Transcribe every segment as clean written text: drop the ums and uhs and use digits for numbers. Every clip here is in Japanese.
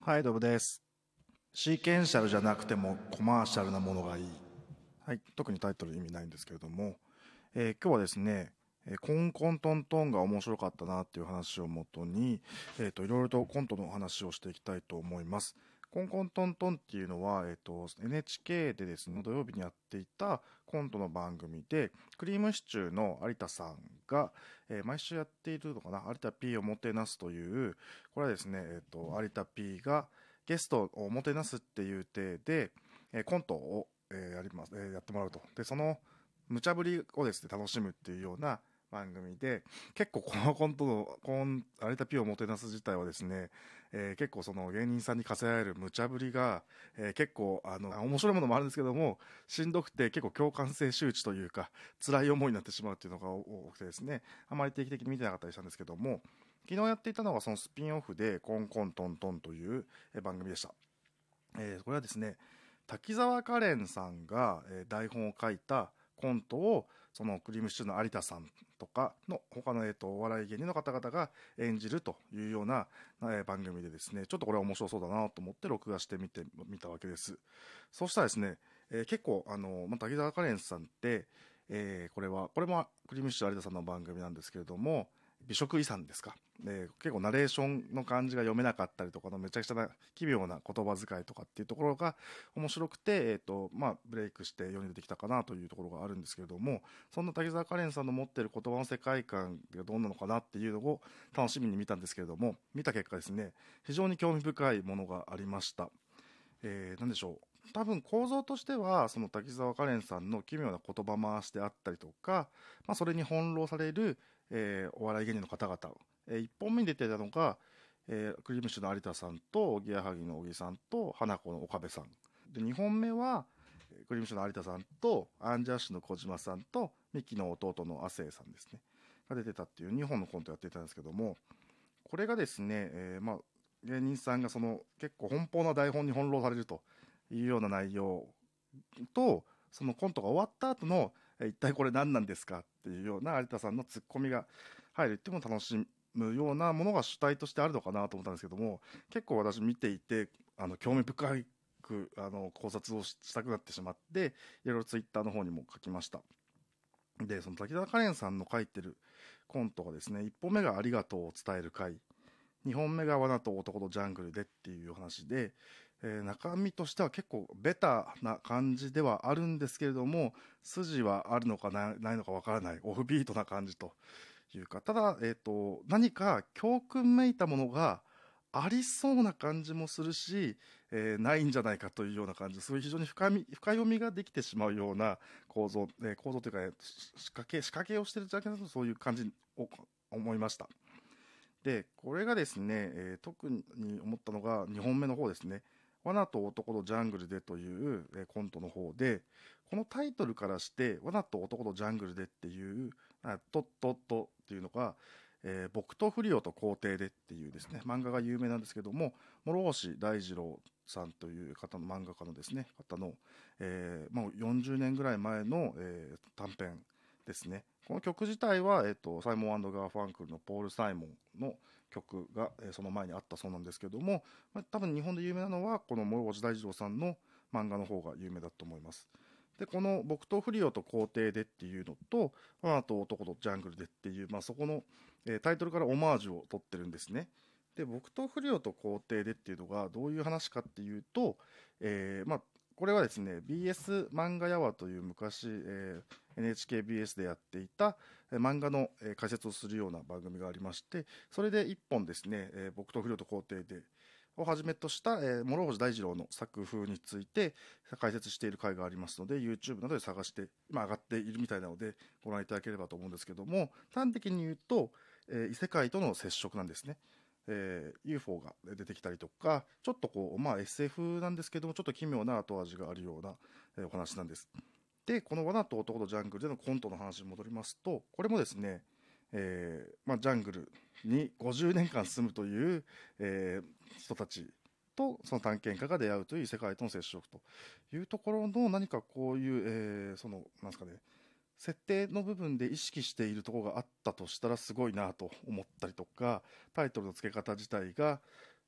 はい、どうもです。シーケンシャルじゃなくてもコマーシャルなものがいい。はい、特にタイトル意味ないんですけれども、今日はですね、コンコントントンが面白かったなっていう話をもとに、いろいろとコントの話をしていきたいと思います。コンコントントンっていうのは、NHK でですね、土曜日にやっていたコントの番組で、クリームシチューの有田さんが、毎週やっているのかな、有田 P をもてなすという、これはですね、有田 P がゲストをもてなすっていう体で、コントを、やります、やってもらうと。で、その無茶ぶりをですね、楽しむっていうような番組で、結構このコントの、有田 P をもてなす自体はですね、結構その芸人さんに課せられる無茶ぶりが、結構面白いものもあるんですけども、しんどくて結構共感性周知というか、辛い思いになってしまうっていうのが多くてですね、あまり定期的に見てなかったりしたんですけども、昨日やっていたのがそのスピンオフで、コンコントントンという番組でした。これはですね、滝沢カレンさんが、台本を書いたコントをそのクリームシチューの有田さんとかの他の、お笑い芸人の方々が演じるというような、番組でですね、ちょっとこれは面白そうだなと思って録画してみたわけです。そうしたらですね、結構滝沢カレンさんって、これもクリームシチュー有田さんの番組なんですけれども、美食遺産ですか、結構ナレーションの感じが読めなかったりとかのめちゃくちゃな奇妙な言葉遣いとかっていうところが面白くて、ブレイクして世に出てきたかなというところがあるんですけれども、そんな滝沢カレンさんの持っている言葉の世界観がどんなのかなっていうのを楽しみに見たんですけれども、見た結果ですね、非常に興味深いものがありました。なんでしょう。多分構造としては、その滝沢カレンさんの奇妙な言葉回しであったりとか、それに翻弄される、お笑い芸人の方々、1本目に出てたのが、クリームシチューの有田さんと、おぎやはぎの小木さんと、花子の岡部さん。で、2本目は、クリームシチューの有田さんと、アンジャッシュの小島さんと、ミキの弟の亜生さんですね。が出てたっていう2本のコントやっていたんですけども、これがですね、芸人さんがその結構奔放な台本に翻弄されるというような内容と、そのコントが終わった後の、一体これ何なんですかっていうような有田さんのツッコミが入るっていうのも楽しむようなものが主体としてあるのかなと思ったんですけども、結構私見ていて、興味深く、考察をしたくなってしまって、いろいろツイッターの方にも書きました。で、その滝沢カレンさんの書いてるコントがですね、1本目がありがとうを伝える回、2本目が罠と男とジャングルでっていう話で、中身としては結構ベタな感じではあるんですけれども、筋はあるのかないのかわからない、オフビートな感じというか、ただ、何か教訓めいたものがありそうな感じもするし、ないんじゃないかというような感じ、そういう非常に深読みができてしまうような構造というか、仕掛けをしてるじゃなくて、そういう感じを思いました。で、これがですね、特に思ったのが2本目の方ですね。罠と男とジャングルでという、コントの方で、このタイトルからして、罠と男とジャングルでっていう、とっとっとっていうのが、僕とフリオと皇帝でっていうですね、漫画が有名なんですけども、諸星大二郎さんという方の漫画家のですね、方の、もう40年ぐらい前の、短編ですね。この曲自体は、サイモンガーファンクルのポール・サイモンの曲が、その前にあったそうなんですけども、多分日本で有名なのは、この諸星大二郎さんの漫画の方が有名だと思います。で、この僕とフリオと皇帝でっていうのと、あと男とジャングルでっていう、そこの、タイトルからオマージュを取ってるんですね。で、僕とフリオと皇帝でっていうのがどういう話かっていうと、これはですね、BS 漫画やわという昔、NHKBS でやっていた、漫画の、解説をするような番組がありまして、それで一本ですね、僕と不良と皇帝で、をはじめとした、諸星大二郎の作風について解説している回がありますので、YouTube などで探して、今上がっているみたいなので、ご覧いただければと思うんですけども、端的に言うと、異世界との接触なんですね。UFO が出てきたりとか、ちょっとSF なんですけども、ちょっと奇妙な後味があるような、お話なんです。で、この罠と男とジャングルでのコントの話に戻りますと、これもですね、ジャングルに50年間住むという、人たちとその探検家が出会うという世界との接触というところの何かこういう、なんですかね、設定の部分で意識しているところがあったとしたらすごいなと思ったりとか、タイトルの付け方自体が、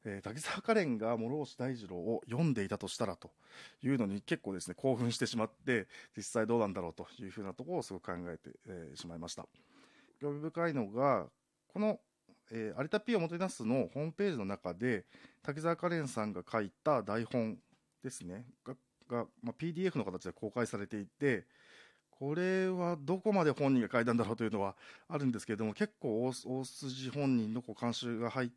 滝沢カレンが諸星大二郎を読んでいたとしたらというのに結構ですね興奮してしまって、実際どうなんだろうというふうなところをすごく考えて、しまいました。興味深いのがこの、有田 P をもてなすのホームページの中で滝沢カレンさんが書いた台本ですねが、PDF の形で公開されていて、これはどこまで本人が書いたんだろうというのはあるんですけれども、結構大筋本人の監修が入った、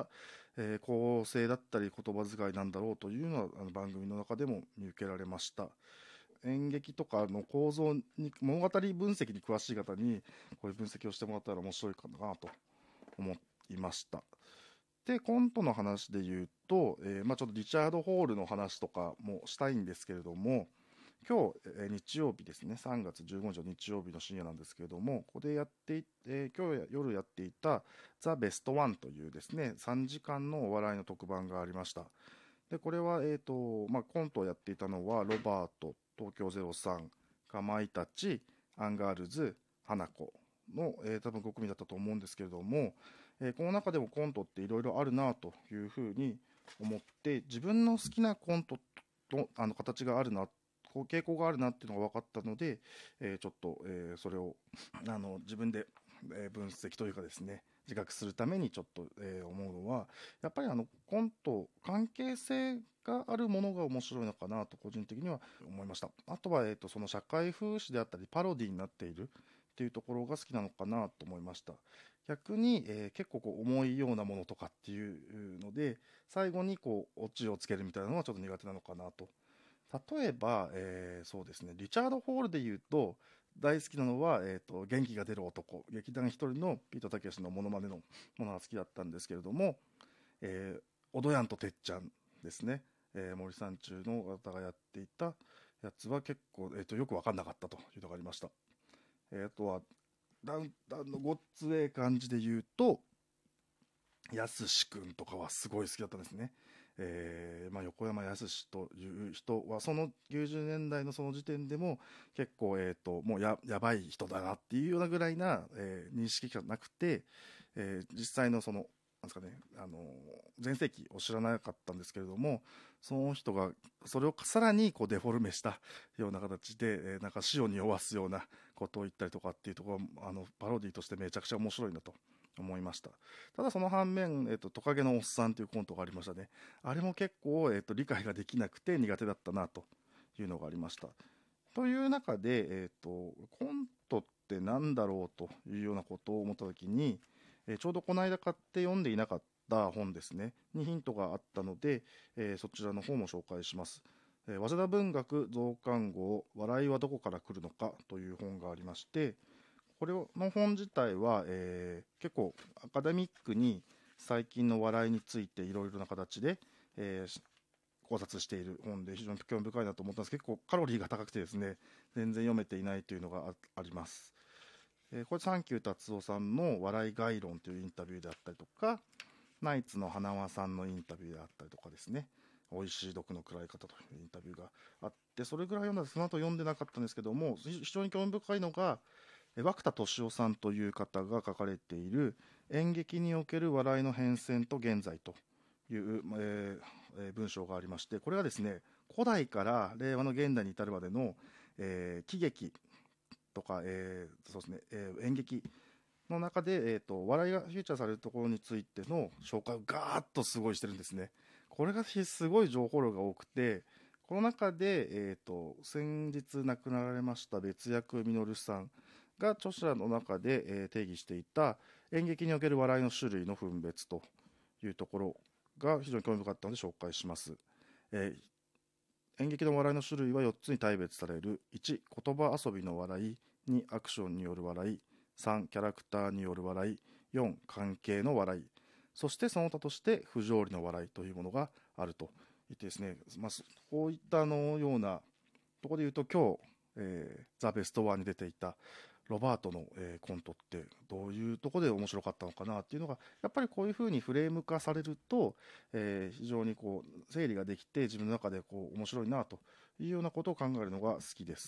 構成だったり言葉遣いなんだろうというのは番組の中でも見受けられました。演劇とかの構造に物語分析に詳しい方にこういう分析をしてもらったら面白いかなと思いました。でコントの話で言うと、ちょっとリチャード・ホールの話とかもしたいんですけれども、今日、日曜日ですね、3月15日の日曜日の深夜なんですけれども、ここでやって今日夜やっていたザ・ベストワンというですね3時間のお笑いの特番がありました。でこれは、コントをやっていたのはロバート、東京03、かまいたち、アンガールズ、花子の、多分5組だったと思うんですけれども、この中でもコントっていろいろあるなというふうに思って、自分の好きなコントと形があるな、こう傾向があるなっていうのが分かったので、ちょっと、それを自分で、分析というかですね自覚するためにちょっと、思うのは、やっぱりコント関係性があるものが面白いのかなと個人的には思いました。あとは、その社会風刺であったりパロディになっているっていうところが好きなのかなと思いました。逆に、結構こう重いようなものとかっていうので最後にこうオチをつけるみたいなのはちょっと苦手なのかなと。例えば、そうですね、リチャード・ホールで言うと大好きなのは、元気が出る男、劇団一人のピートたけしのモノマネのものが好きだったんですけれども、おどやんとてっちゃんですね、森三中の方がやっていたやつは結構、よく分かんなかったというのがありました。あとはダウンタウンのごっつええ感じで言うとやすし君とかはすごい好きだったんですね。横山やすしという人はその90年代のその時点でも結構、もうやばい人だなっていうようなぐらいな、認識がなくて、実際のそのなんですかね、全盛期を知らなかったんですけれども、その人がそれをさらにこうデフォルメしたような形で、なんか死を匂わすようなことを言ったりとかっていうところはパロディとしてめちゃくちゃ面白いなと思いました。ただその反面、トカゲのおっさんというコントがありましたね。あれも結構、理解ができなくて苦手だったなというのがありました。という中で、コントってなんだろうというようなことを思った時に、ちょうどこの間買って読んでいなかった本ですねにヒントがあったので、そちらの方も紹介します。早稲田文学増刊号笑いはどこから来るのかという本がありまして、これの本自体は、結構アカデミックに最近の笑いについていろいろな形で、考察している本で非常に興味深いなと思ったんです。結構カロリーが高くてですね全然読めていないというのがあります。これサンキュー達夫さんの笑い概論というインタビューであったりとか、ナイツの花輪さんのインタビューであったりとかですね、美味しい毒の食らい方というインタビューがあって、それぐらい読んだんです。その後読んでなかったんですけども、非常に興味深いのが涌田敏夫さんという方が書かれている演劇における笑いの変遷と現在という、文章がありまして、これはですね古代から令和の現代に至るまでの、喜劇とか、そうですね演劇の中で、笑いがフューチャーされるところについての紹介をガーッとすごいしてるんですね。これがすごい情報量が多くて、この中で、先日亡くなられました別役稔さんが著者の中で、定義していた演劇における笑いの種類の分別というところが非常に興味深かったので紹介します。演劇の笑いの種類は4つに大別される。1、言葉遊びの笑い。2、アクションによる笑い。3、キャラクターによる笑い。4、関係の笑い。そしてその他として不条理の笑いというものがあると言ってですね、こういったようなところで言うと今日、ザ・ベストワンに出ていたロバートの、コントってどういうところで面白かったのかなっていうのがやっぱりこういうふうにフレーム化されると、非常にこう整理ができて自分の中でこう面白いなというようなことを考えるのが好きです。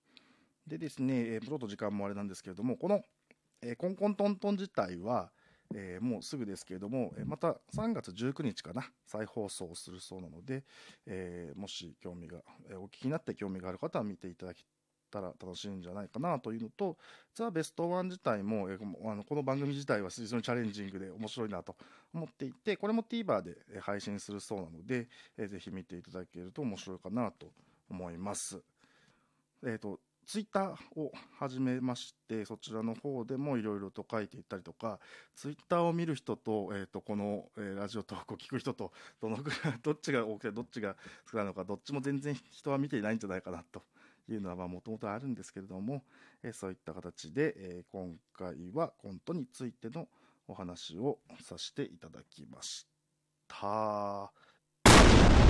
でですね、ちょっと時間もあれなんですけれども、この、コンコントントン自体は、 もうすぐですけれども、また3月19日かな、再放送をするそうなので、もし興味が、お聞きになって興味がある方は見ていただきたら楽しいんじゃないかなというのと、ザ・ベストワン自体も、この番組自体は非常にチャレンジングで面白いなと思っていて、これも TVer で配信するそうなので、ぜひ見ていただけると面白いかなと思います。ツイッターを始めまして、そちらの方でもいろいろと書いていったりとか、ツイッターを見る人と、この、ラジオトークを聞く人と、どっちが多くてどっちが少ないのか、どっちも全然人は見ていないんじゃないかなというのはもともとあるんですけれども、そういった形で、今回はコントについてのお話をさせていただきました。